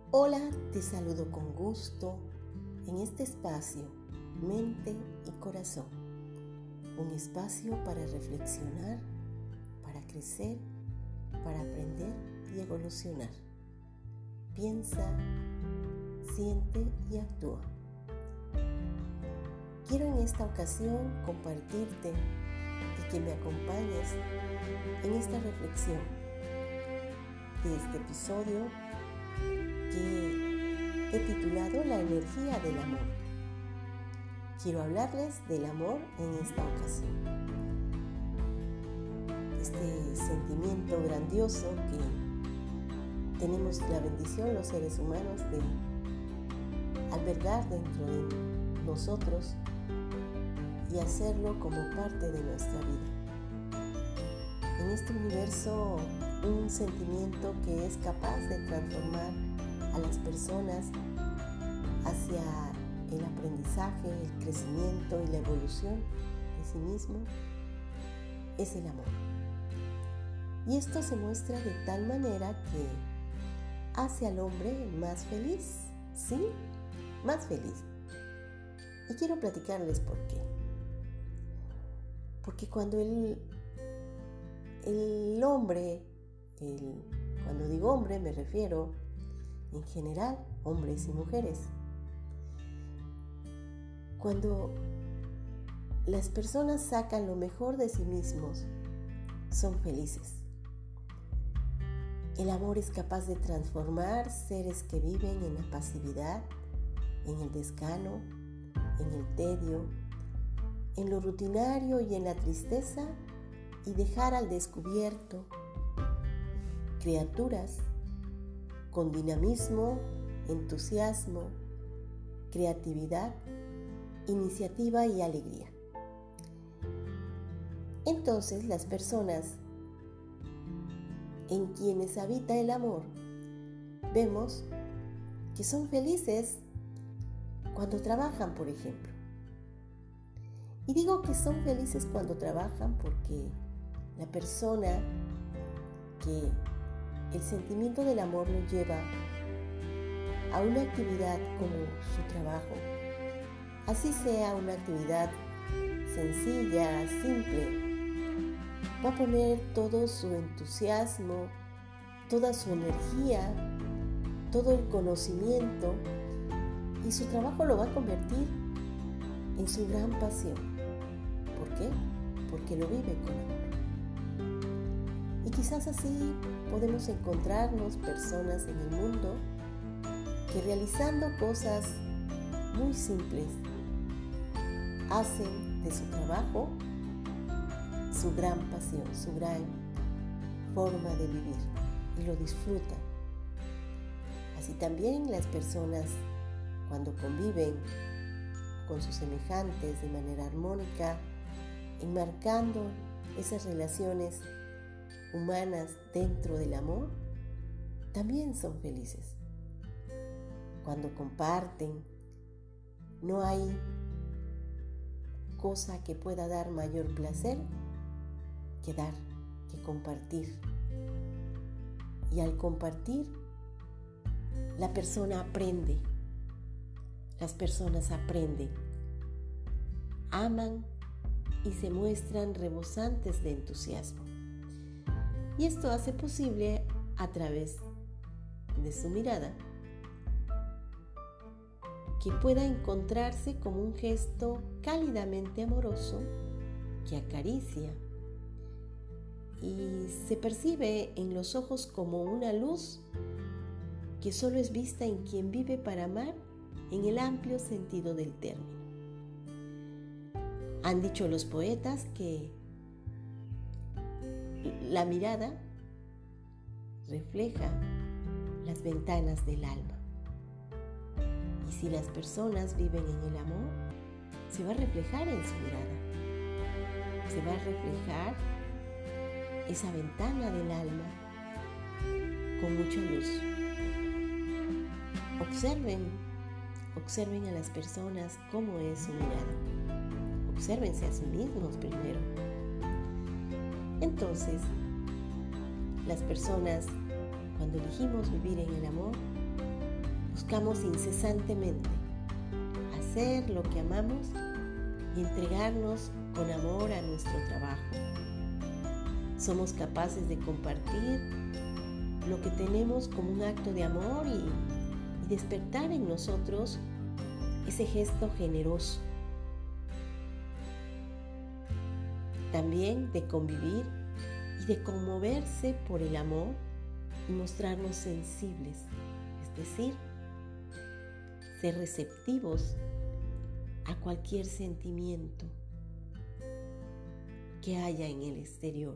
Hola, te saludo con gusto en este espacio, mente y corazón. Un espacio para reflexionar, para crecer, para aprender y evolucionar. Piensa, siente y actúa. Quiero en esta ocasión compartirte y que me acompañes en esta reflexión de este episodio que he titulado La energía del amor. Quiero hablarles del amor en esta ocasión. Este sentimiento grandioso que tenemos la bendición los seres humanos de albergar dentro de nosotros y hacerlo como parte de nuestra vida. En este universo, un sentimiento que es capaz de transformar a las personas hacia el aprendizaje, el crecimiento y la evolución de sí mismo, es el amor. Y esto se muestra de tal manera que hace al hombre más feliz, ¿sí? Más feliz. Y quiero platicarles por qué. Porque cuando el hombre, cuando digo hombre me refiero en general hombres y mujeres, cuando las personas sacan lo mejor de sí mismos, son felices. El amor es capaz de transformar seres que viven en la pasividad, en el desgano, en el tedio, en lo rutinario y en la tristeza, y dejar al descubierto criaturas con dinamismo, entusiasmo, creatividad, iniciativa y alegría. Entonces, las personas en quienes habita el amor, vemos que son felices cuando trabajan, por ejemplo. Y digo que son felices cuando trabajan porque la persona que el sentimiento del amor lo lleva a una actividad como su trabajo, así sea una actividad sencilla, simple, va a poner todo su entusiasmo, toda su energía, todo el conocimiento, y su trabajo lo va a convertir en su gran pasión. ¿Por qué? Porque lo vive con amor. Y quizás así podemos encontrarnos personas en el mundo que realizando cosas muy simples hacen de su trabajo su gran pasión, su gran forma de vivir, y lo disfrutan. Así también las personas, cuando conviven con sus semejantes de manera armónica, enmarcando esas relaciones humanas dentro del amor, también son felices. Cuando comparten, no hay cosa que pueda dar mayor placer que dar, que compartir. Y al compartir, la persona aprende. Las personas aprenden, aman y se muestran rebosantes de entusiasmo. Y esto hace posible a través de su mirada que pueda encontrarse como un gesto cálidamente amoroso que acaricia y se percibe en los ojos como una luz que solo es vista en quien vive para amar en el amplio sentido del término. Han dicho los poetas que la mirada refleja las ventanas del alma. Y si las personas viven en el amor, se va a reflejar en su mirada. Se va a reflejar esa ventana del alma con mucha luz. Observen a las personas cómo es su mirada. Obsérvense a sí mismos primero. Entonces, las personas, cuando elegimos vivir en el amor, buscamos incesantemente hacer lo que amamos y entregarnos con amor a nuestro trabajo. Somos capaces de compartir lo que tenemos como un acto de amor y despertar en nosotros ese gesto generoso. También de convivir y de conmoverse por el amor y mostrarnos sensibles, es decir, ser receptivos a cualquier sentimiento que haya en el exterior,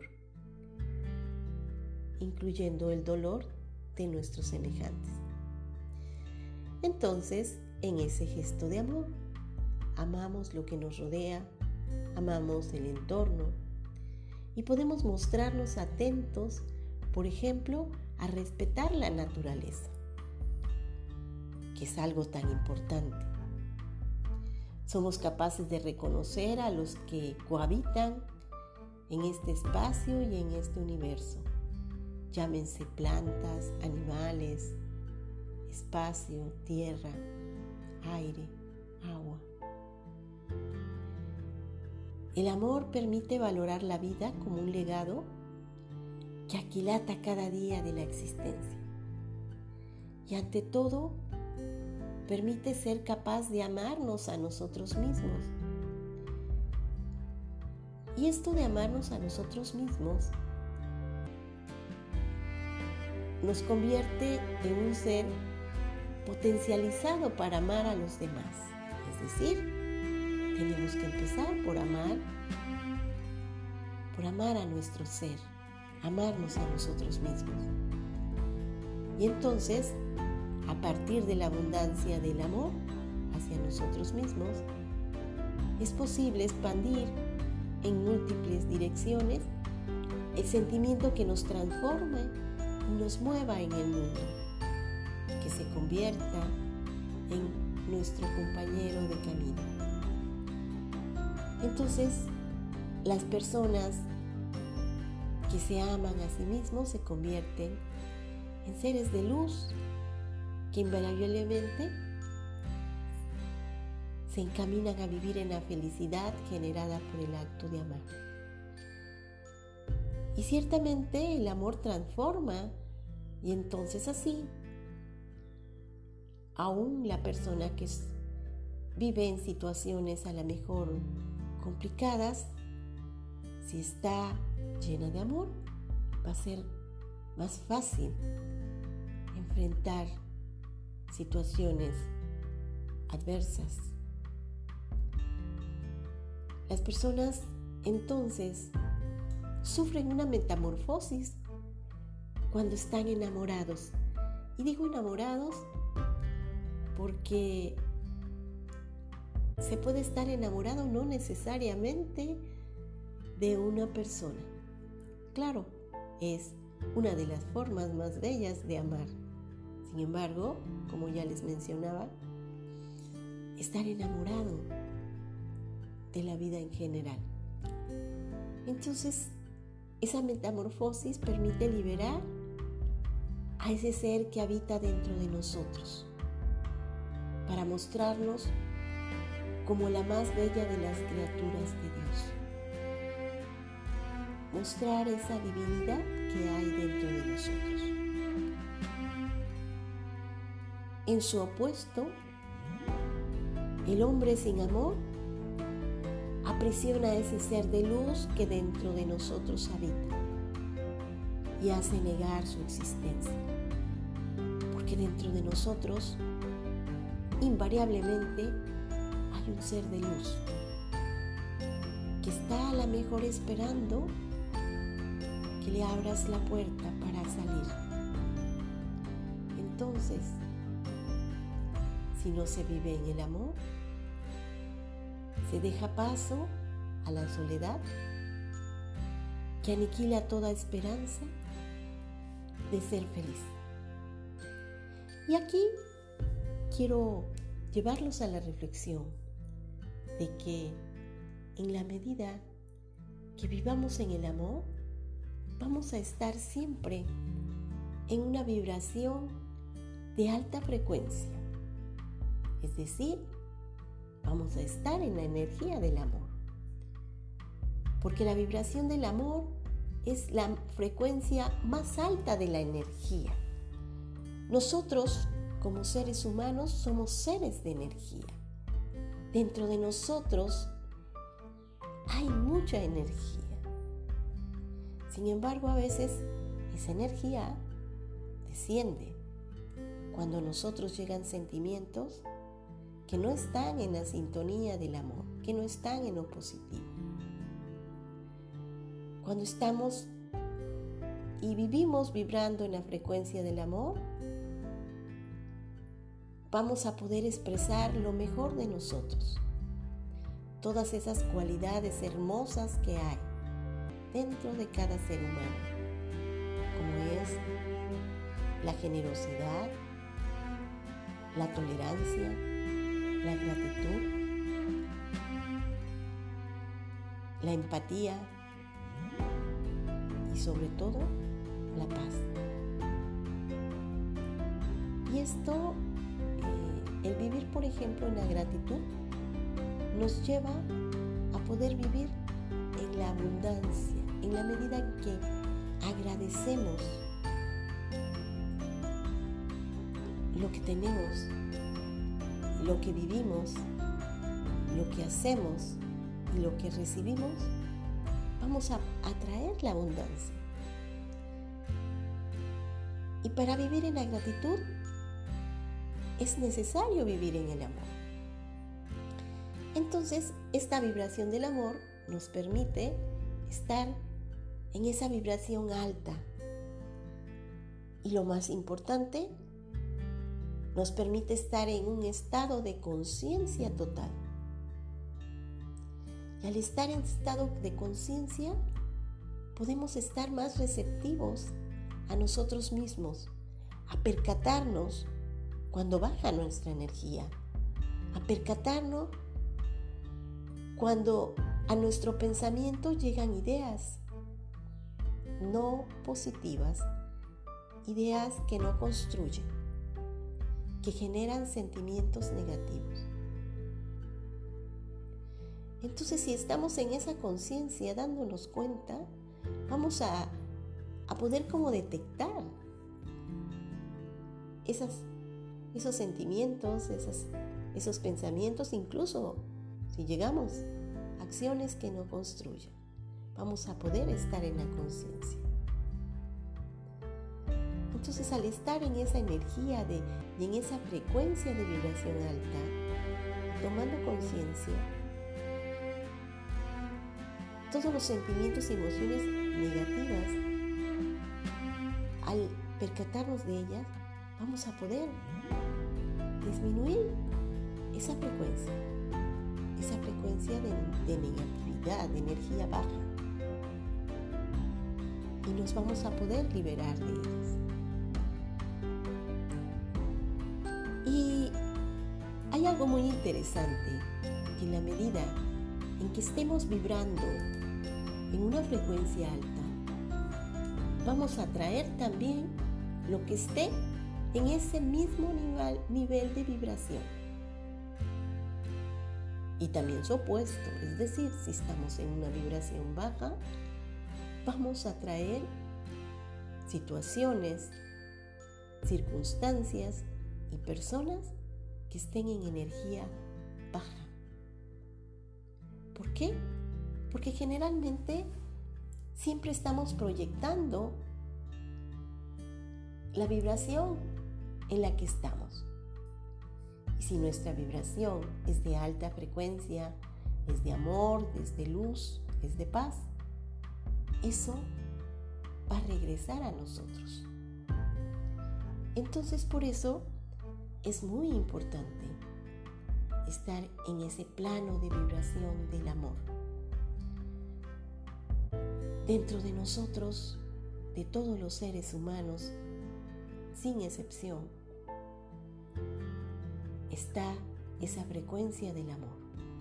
incluyendo el dolor de nuestros semejantes. Entonces, en ese gesto de amor, amamos lo que nos rodea, amamos el entorno y podemos mostrarnos atentos, por ejemplo, a respetar la naturaleza, que es algo tan importante. Somos capaces de reconocer a los que cohabitan en este espacio y en este universo. Llámense plantas, animales, espacio, tierra, aire, agua. El amor permite valorar la vida como un legado que aquilata cada día de la existencia. Y ante todo, permite ser capaz de amarnos a nosotros mismos. Y esto de amarnos a nosotros mismos nos convierte en un ser potencializado para amar a los demás. Es decir, tenemos que empezar por amar a nuestro ser, amarnos a nosotros mismos. Y entonces, a partir de la abundancia del amor hacia nosotros mismos, es posible expandir en múltiples direcciones el sentimiento que nos transforma y nos mueva en el mundo, que se convierta en nuestro compañero de camino. Entonces, las personas que se aman a sí mismos se convierten en seres de luz que invariablemente se encaminan a vivir en la felicidad generada por el acto de amar. Y ciertamente el amor transforma, y entonces así, aún la persona que vive en situaciones a lo mejor complicadas, si está llena de amor, va a ser más fácil enfrentar situaciones adversas. Las personas entonces sufren una metamorfosis cuando están enamorados. Y digo enamorados porque se puede estar enamorado no necesariamente de una persona. Claro, es una de las formas más bellas de amar. Sin embargo, como ya les mencionaba, estar enamorado de la vida en general. Entonces, esa metamorfosis permite liberar a ese ser que habita dentro de nosotros, para mostrarnos como la más bella de las criaturas de Dios. Mostrar esa divinidad que hay dentro de nosotros. En su opuesto, el hombre sin amor aprisiona a ese ser de luz que dentro de nosotros habita y hace negar su existencia, porque dentro de nosotros invariablemente hay un ser de luz que está a lo mejor esperando que le abras la puerta para salir. Entonces, si no se vive en el amor, se deja paso a la soledad que aniquila toda esperanza de ser feliz. Y aquí quiero llevarlos a la reflexión de que en la medida que vivamos en el amor, vamos a estar siempre en una vibración de alta frecuencia. Es decir, vamos a estar en la energía del amor. Porque la vibración del amor es la frecuencia más alta de la energía. Nosotros, como seres humanos, somos seres de energía. Dentro de nosotros hay mucha energía. Sin embargo, a veces esa energía desciende cuando a nosotros llegan sentimientos que no están en la sintonía del amor, que no están en lo positivo. Cuando estamos y vivimos vibrando en la frecuencia del amor, vamos a poder expresar lo mejor de nosotros, todas esas cualidades hermosas que hay dentro de cada ser humano, como es la generosidad, la tolerancia, la gratitud, la empatía y sobre todo la paz. Y esto, el vivir por ejemplo en la gratitud, nos lleva a poder vivir en la abundancia, en la medida en que agradecemos lo que tenemos, lo que vivimos, lo que hacemos y lo que recibimos, vamos a atraer la abundancia. Y para vivir en la gratitud es necesario vivir en el amor. Entonces, esta vibración del amor nos permite estar en esa vibración alta. Y lo más importante, nos permite estar en un estado de conciencia total. Y al estar en estado de conciencia, podemos estar más receptivos a nosotros mismos, a percatarnos cuando baja nuestra energía, a percatarnos cuando a nuestro pensamiento llegan ideas no positivas, ideas que no construyen, que generan sentimientos negativos. Entonces, si estamos en esa conciencia dándonos cuenta, vamos a poder como detectar esos sentimientos, esos pensamientos, incluso si llegamos a acciones que no construyen, vamos a poder estar en la conciencia. Entonces, al estar en esa energía y en esa frecuencia de vibración alta, tomando conciencia, todos los sentimientos y emociones negativas, al percatarnos de ellas, vamos a poder disminuir esa frecuencia de negatividad, de energía baja, y nos vamos a poder liberar de ellas. Y hay algo muy interesante, que en la medida en que estemos vibrando en una frecuencia alta, vamos a atraer también lo que esté en ese mismo nivel de vibración. Y también su opuesto, es decir, si estamos en una vibración baja, vamos a atraer situaciones, circunstancias y personas que estén en energía baja. ¿Por qué? Porque generalmente siempre estamos proyectando la vibración en la que estamos. Y si nuestra vibración es de alta frecuencia, es de amor, es de luz, es de paz, eso va a regresar a nosotros. Entonces, por eso es muy importante estar en ese plano de vibración del amor. Dentro de nosotros, de todos los seres humanos, sin excepción, está esa frecuencia del amor.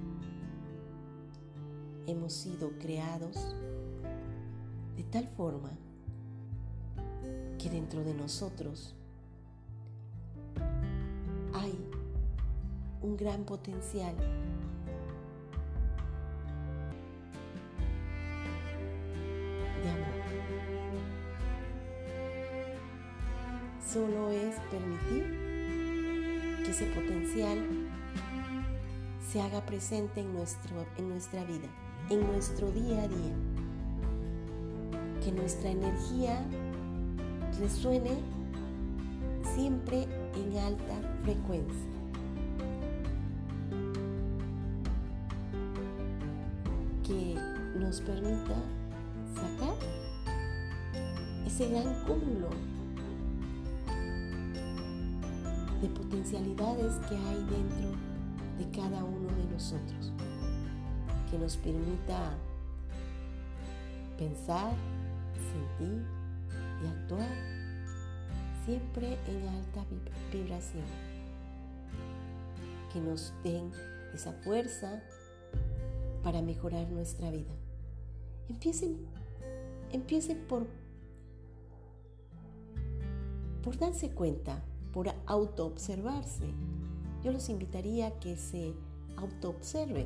Hemos sido creados de tal forma que dentro de nosotros hay un gran potencial. De amor. Solo es permitir que ese potencial se haga presente en nuestra vida, en nuestro día a día. Que nuestra energía resuene siempre en alta frecuencia. Que nos permita sacar ese gran cúmulo de potencialidades que hay dentro de cada uno de nosotros, que nos permita pensar, sentir y actuar siempre en alta vibración, que nos den esa fuerza para mejorar nuestra vida. Empiecen por darse cuenta, por autoobservarse. Yo los invitaría a que se autoobserven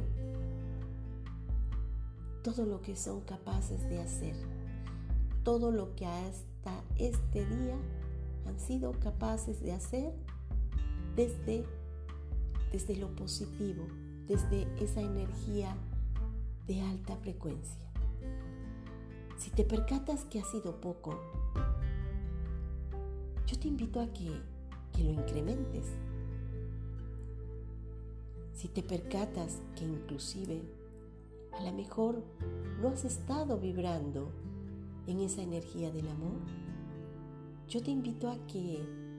todo lo que son capaces de hacer, todo lo que hasta este día han sido capaces de hacer desde lo positivo, desde esa energía de alta frecuencia. Si te percatas que ha sido poco, yo te invito a que lo incrementes. Si te percatas que inclusive a lo mejor no has estado vibrando en esa energía del amor, yo te invito a que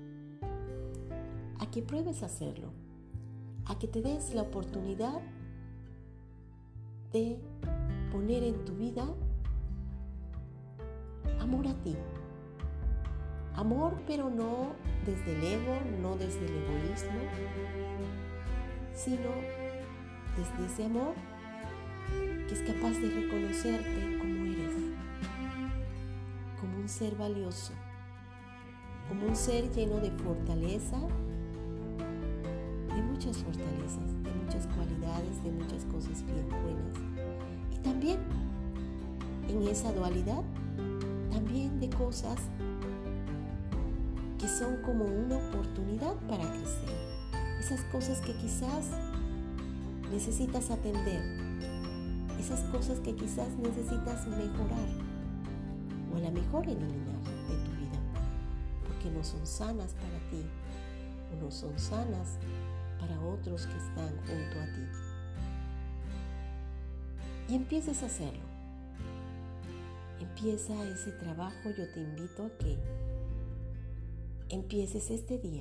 pruebes a hacerlo, a que te des la oportunidad de poner en tu vida amor a ti. Amor, pero no desde el ego, no desde el egoísmo, sino desde ese amor que es capaz de reconocerte como eres, como un ser valioso, como un ser lleno de fortaleza, de muchas fortalezas, de muchas cualidades, de muchas cosas bien buenas. Y también en esa dualidad, también de cosas que son como una oportunidad para crecer. Esas cosas que quizás necesitas atender, esas cosas que quizás necesitas mejorar o a lo mejor eliminar de tu vida, porque no son sanas para ti o no son sanas para otros que están junto a ti. Y empieces a hacerlo. Empieza ese trabajo. Yo te invito a que empieces este día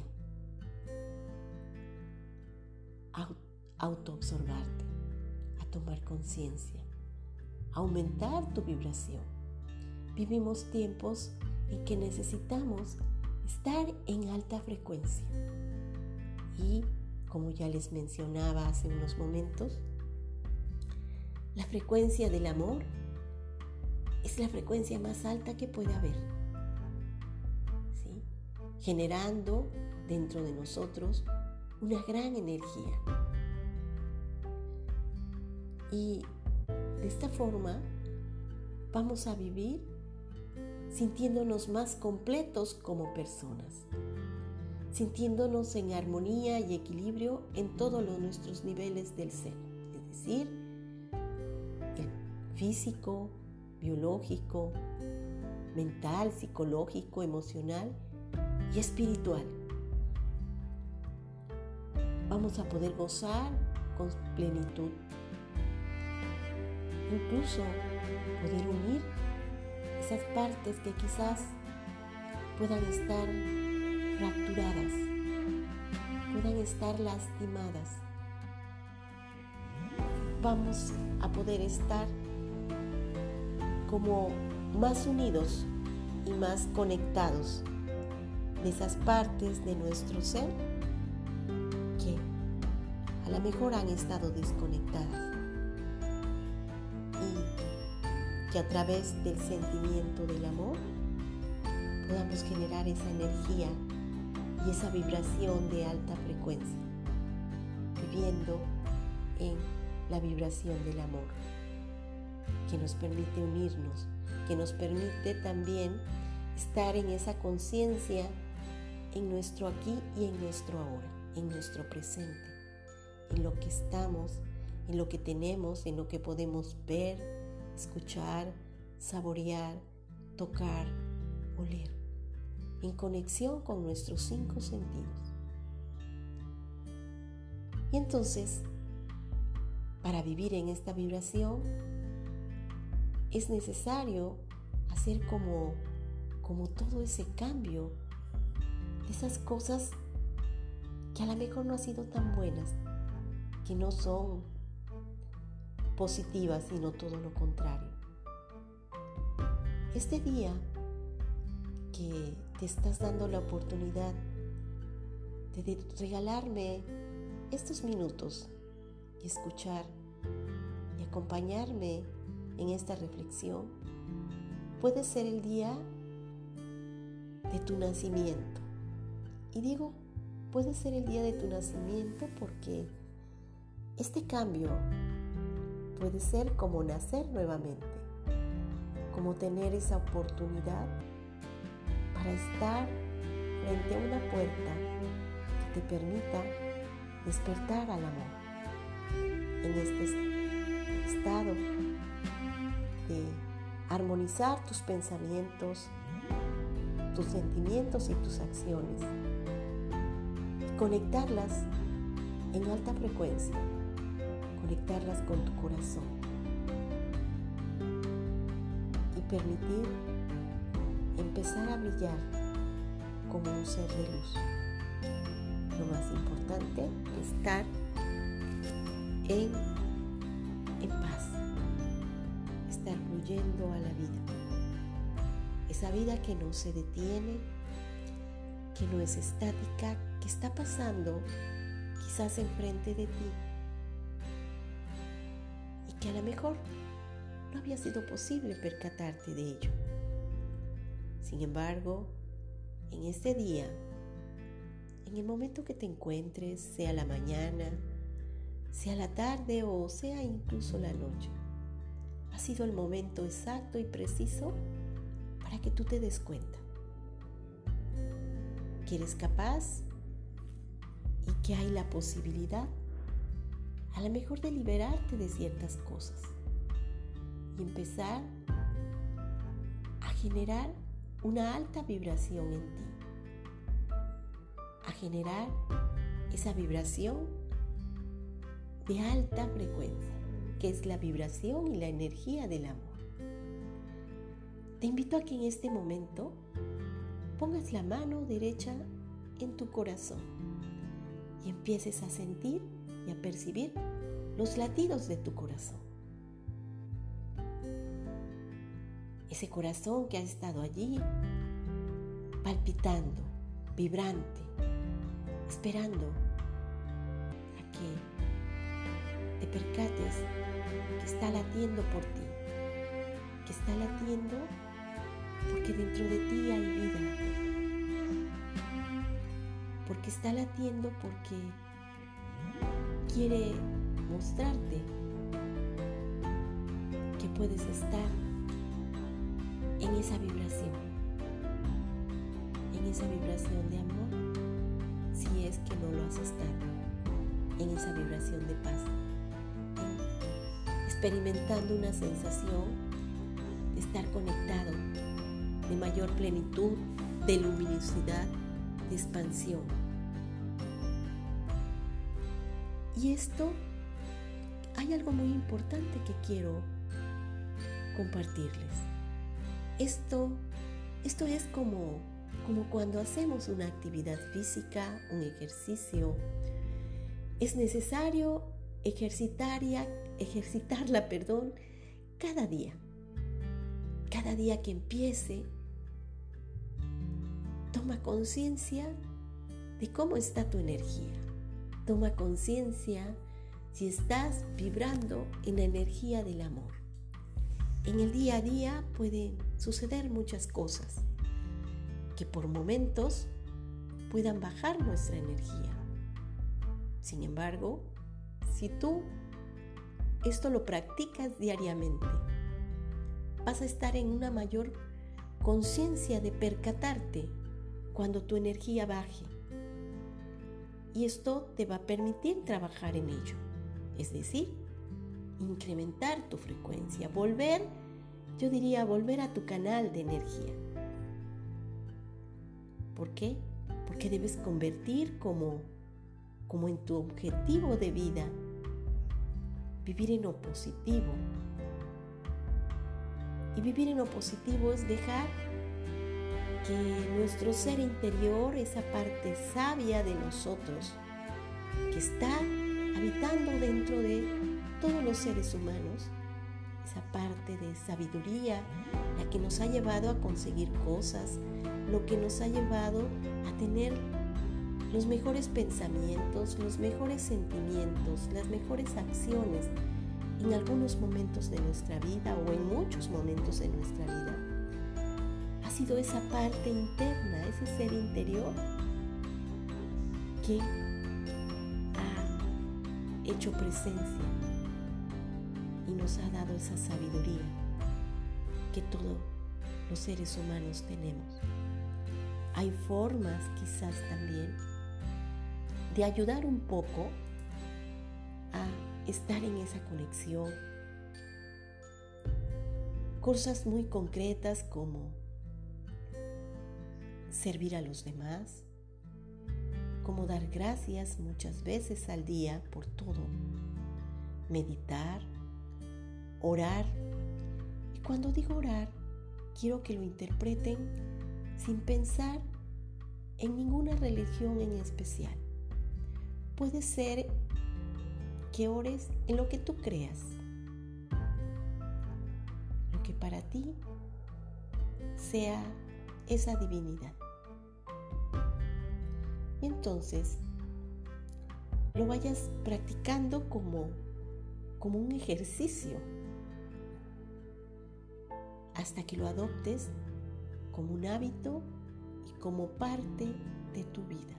a autoobservarte, a tomar conciencia, a aumentar tu vibración. Vivimos tiempos en que necesitamos estar en alta frecuencia. Y como ya les mencionaba hace unos momentos, la frecuencia del amor es la frecuencia más alta que puede haber, ¿sí? Generando dentro de nosotros una gran energía. Y de esta forma vamos a vivir sintiéndonos más completos como personas, sintiéndonos en armonía y equilibrio en todos nuestros niveles del ser, es decir, el físico, biológico, mental, psicológico, emocional y espiritual. Vamos a poder gozar con plenitud, incluso poder unir esas partes que quizás puedan estar fracturadas, puedan estar lastimadas. Vamos a poder estar como más unidos y más conectados de esas partes de nuestro ser que a lo mejor han estado desconectadas, y que a través del sentimiento del amor podamos generar esa energía y esa vibración de alta frecuencia, viviendo en la vibración del amor, que nos permite unirnos, que nos permite también estar en esa conciencia en nuestro aquí y en nuestro ahora, en nuestro presente, en lo que estamos, en lo que tenemos, en lo que podemos ver, escuchar, saborear, tocar, oler, en conexión con nuestros 5 sentidos. Y entonces, para vivir en esta vibración, es necesario hacer como todo ese cambio de esas cosas que a lo mejor no han sido tan buenas, que no son positivas, sino todo lo contrario. Este día que te estás dando la oportunidad de regalarme estos minutos y escuchar y acompañarme en esta reflexión, puede ser el día de tu nacimiento. Y digo, puede ser el día de tu nacimiento porque este cambio puede ser como nacer nuevamente, como tener esa oportunidad para estar frente a una puerta que te permita despertar al amor en este estado de armonizar tus pensamientos, tus sentimientos y tus acciones, y conectarlas en alta frecuencia, conectarlas con tu corazón y permitir empezar a brillar como un ser de luz. Lo más importante es estar en paz, estar fluyendo a la vida. Esa vida que no se detiene, que no es estática, que está pasando quizás enfrente de ti y que a lo mejor no había sido posible percatarte de ello. Sin embargo, en este día, en el momento que te encuentres, sea la mañana, sea la tarde o sea incluso la noche, ha sido el momento exacto y preciso para que tú te des cuenta que eres capaz y que hay la posibilidad a lo mejor de liberarte de ciertas cosas y empezar a generar una alta vibración en ti, a generar esa vibración de alta frecuencia, que es la vibración y la energía del amor. Te invito a que en este momento pongas la mano derecha en tu corazón y empieces a sentir y a percibir los latidos de tu corazón. Ese corazón que ha estado allí, palpitando, vibrante, esperando a que te percates que está latiendo por ti, que está latiendo porque dentro de ti hay vida, porque está latiendo porque quiere mostrarte que puedes estar en esa vibración de amor, si es que no lo has estado, en esa vibración de paz, experimentando una sensación de estar conectado, de mayor plenitud, de luminosidad, de expansión. Y esto, hay algo muy importante que quiero compartirles. Esto es como cuando hacemos una actividad física, un ejercicio. Es necesario ejercitarla, cada día. Cada día que empiece, toma conciencia de cómo está tu energía. Toma conciencia si estás vibrando en la energía del amor. En el día a día pueden suceder muchas cosas que por momentos puedan bajar nuestra energía. Sin embargo, si tú esto lo practicas diariamente, vas a estar en una mayor conciencia de percatarte cuando tu energía baje. Y esto te va a permitir trabajar en ello. Es decir, incrementar tu frecuencia, volver a tu canal de energía. ¿Por qué? Porque debes convertir como en tu objetivo de vida, vivir en lo positivo. Y vivir en lo positivo es dejar que nuestro ser interior, esa parte sabia de nosotros, que está habitando dentro de todos los seres humanos, esa parte de sabiduría, la que nos ha llevado a conseguir cosas, lo que nos ha llevado a tener los mejores pensamientos, los mejores sentimientos, las mejores acciones en algunos momentos de nuestra vida o en muchos momentos de nuestra vida. Ha sido esa parte interna, ese ser interior que ha hecho presencia y nos ha dado esa sabiduría que todos los seres humanos tenemos. Hay formas quizás también de ayudar un poco a estar en esa conexión. Cosas muy concretas como servir a los demás, como dar gracias muchas veces al día por todo, meditar, orar. Y cuando digo orar, quiero que lo interpreten sin pensar en ninguna religión en especial. Puede ser que ores en lo que tú creas, lo que para ti sea esa divinidad. Y entonces lo vayas practicando como un ejercicio hasta que lo adoptes como un hábito y como parte de tu vida.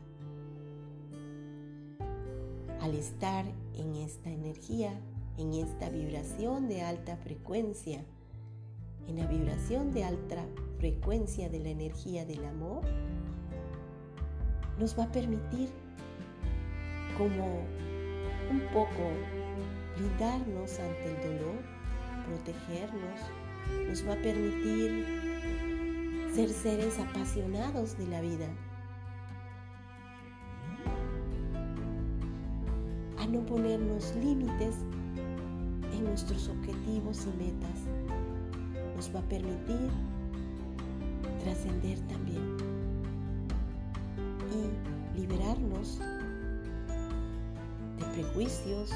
Al estar en esta energía, en esta vibración de alta frecuencia, en la vibración de alta frecuencia de la energía del amor, nos va a permitir como un poco blindarnos ante el dolor, protegernos, nos va a permitir ser seres apasionados de la vida, a no ponernos límites en nuestros objetivos y metas. Nos va a permitir trascender también y liberarnos de prejuicios,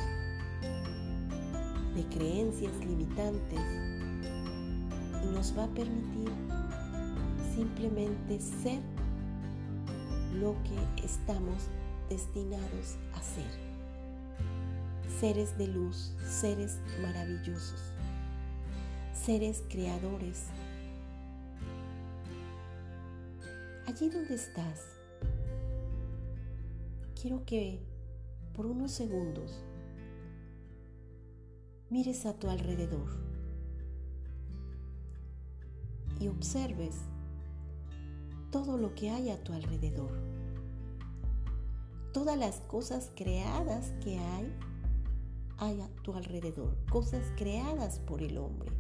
de creencias limitantes, y nos va a permitir simplemente ser lo que estamos destinados a ser. Seres de luz, seres maravillosos, seres creadores. Allí donde estás, quiero que por unos segundos mires a tu alrededor y observes todo lo que hay a tu alrededor, todas las cosas creadas que hay a tu alrededor, cosas creadas por el hombre.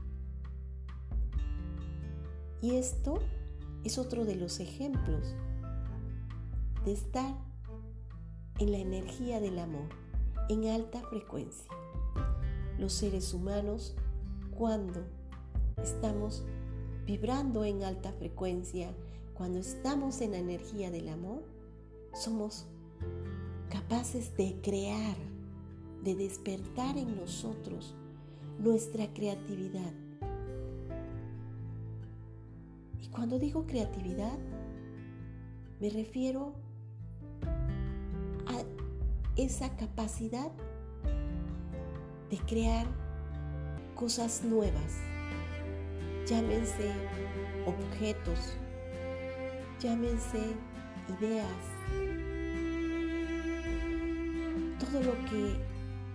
Y esto es otro de los ejemplos de estar en la energía del amor, en alta frecuencia. Los seres humanos, cuando estamos vibrando en alta frecuencia, cuando estamos en la energía del amor, somos capaces de crear, de despertar en nosotros nuestra creatividad. Y cuando digo creatividad, me refiero a esa capacidad de crear cosas nuevas, llámense objetos, llámense ideas, todo lo que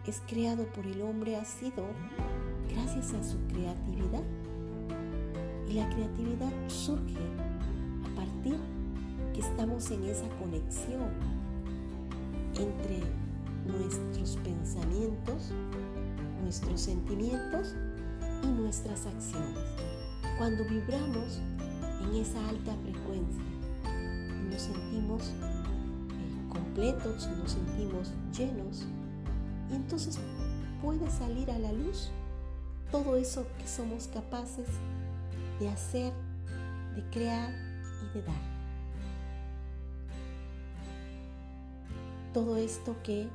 es creado por el hombre ha sido gracias a su creatividad. Y la creatividad surge a partir que estamos en esa conexión entre nuestros pensamientos, nuestros sentimientos y nuestras acciones. Cuando vibramos en esa alta frecuencia, nos sentimos completos, nos sentimos llenos, y entonces puede salir a la luz todo eso que somos capaces de hacer, de crear y de dar. Todo esto que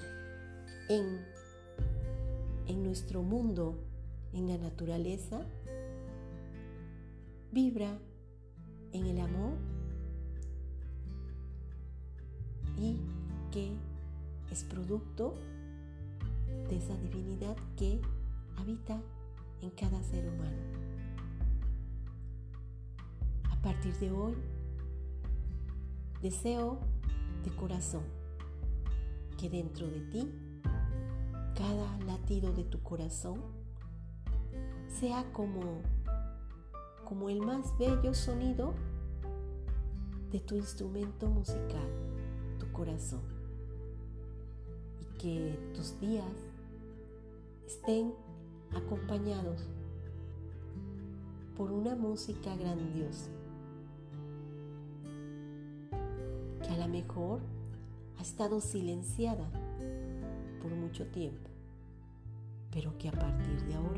en nuestro mundo, en la naturaleza, vibra en el amor y que es producto de esa divinidad que habita en cada ser humano. A partir de hoy, deseo de corazón que dentro de ti, cada latido de tu corazón sea como el más bello sonido de tu instrumento musical, tu corazón, y que tus días estén acompañados por una música grandiosa que a lo mejor ha estado silenciada por mucho tiempo, pero que a partir de ahora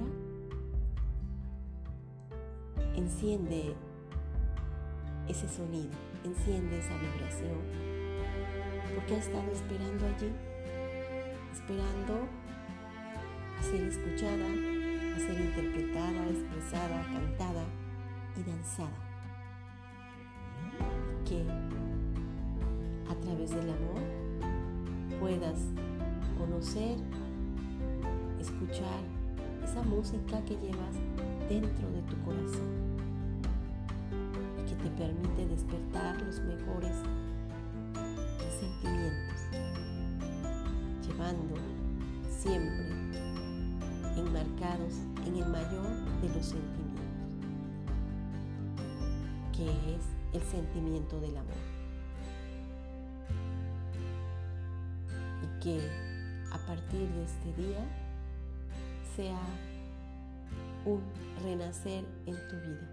enciende ese sonido, enciende esa vibración, porque ha estado esperando allí, esperando a ser escuchada, a ser interpretada, expresada, cantada y danzada. Que a través del amor puedas conocer, escuchar esa música que llevas dentro de tu corazón y que te permite despertar los mejores sentimientos, llevando siempre enmarcados en el mayor de los sentimientos, que es el sentimiento del amor. Y que a partir de este día sea un renacer en tu vida,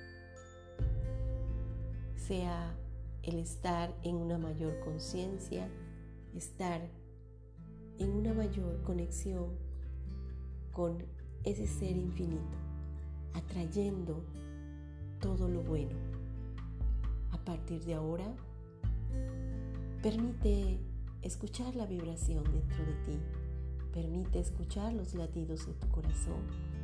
sea el estar en una mayor conciencia, estar en una mayor conexión con ese ser infinito, atrayendo todo lo bueno. A partir de ahora, permite escuchar la vibración dentro de ti, permite escuchar los latidos de tu corazón.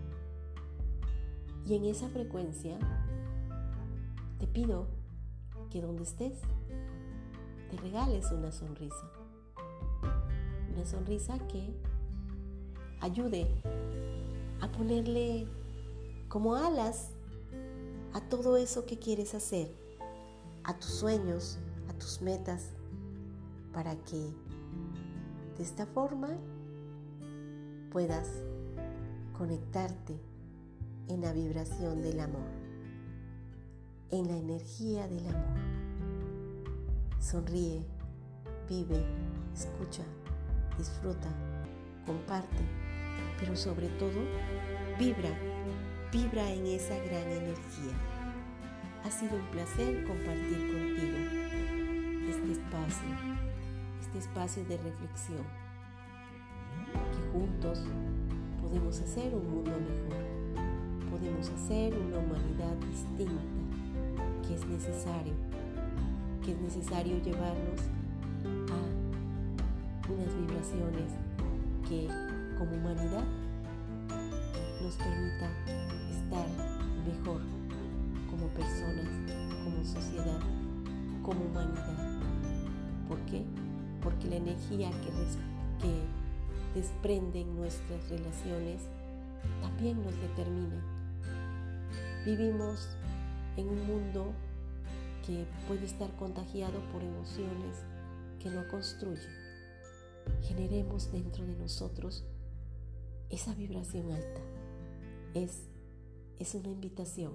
Y en esa frecuencia, te pido que donde estés, te regales una sonrisa que ayude a ponerle como alas a todo eso que quieres hacer, a tus sueños, a tus metas, para que de esta forma puedas conectarte en la vibración del amor, en la energía del amor. Sonríe, vive, escucha, disfruta, comparte, pero sobre todo vibra en esa gran energía. Ha sido un placer compartir contigo este espacio de reflexión, que juntos podemos hacer un mundo mejor, podemos hacer una humanidad distinta, que es necesario llevarnos a unas vibraciones que como humanidad nos permita estar mejor como personas, como sociedad, como humanidad. ¿Por qué? Porque la energía que desprenden nuestras relaciones también nos determina. Vivimos en un mundo que puede estar contagiado por emociones que no construyen, generemos dentro de nosotros esa vibración alta. Es una invitación,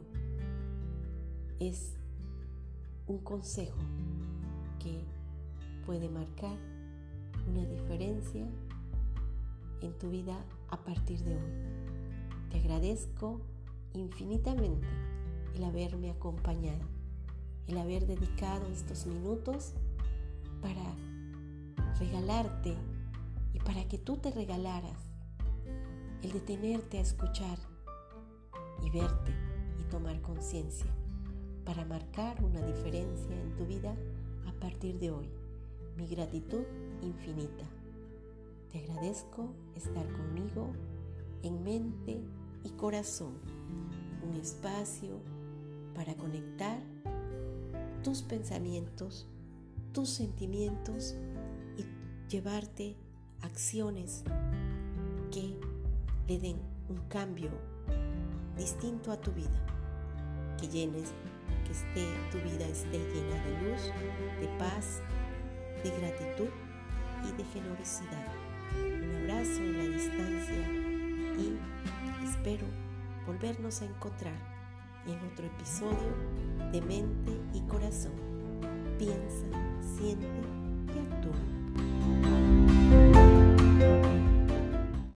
es un consejo que puede marcar una diferencia en tu vida a partir de hoy. Te agradezco infinitamente el haberme acompañado, el haber dedicado estos minutos para regalarte y para que tú te regalaras el detenerte a escuchar y verte y tomar conciencia para marcar una diferencia en tu vida a partir de hoy. Mi gratitud infinita. Te agradezco estar conmigo en mente y corazón, un espacio para conectar tus pensamientos, tus sentimientos y llevarte acciones que le den un cambio distinto a tu vida, que tu vida esté llena de luz, de paz, de gratitud y de generosidad. Un abrazo en la distancia y espero volvernos a encontrar en otro episodio de Mente y Corazón. Piensa, siente y actúa.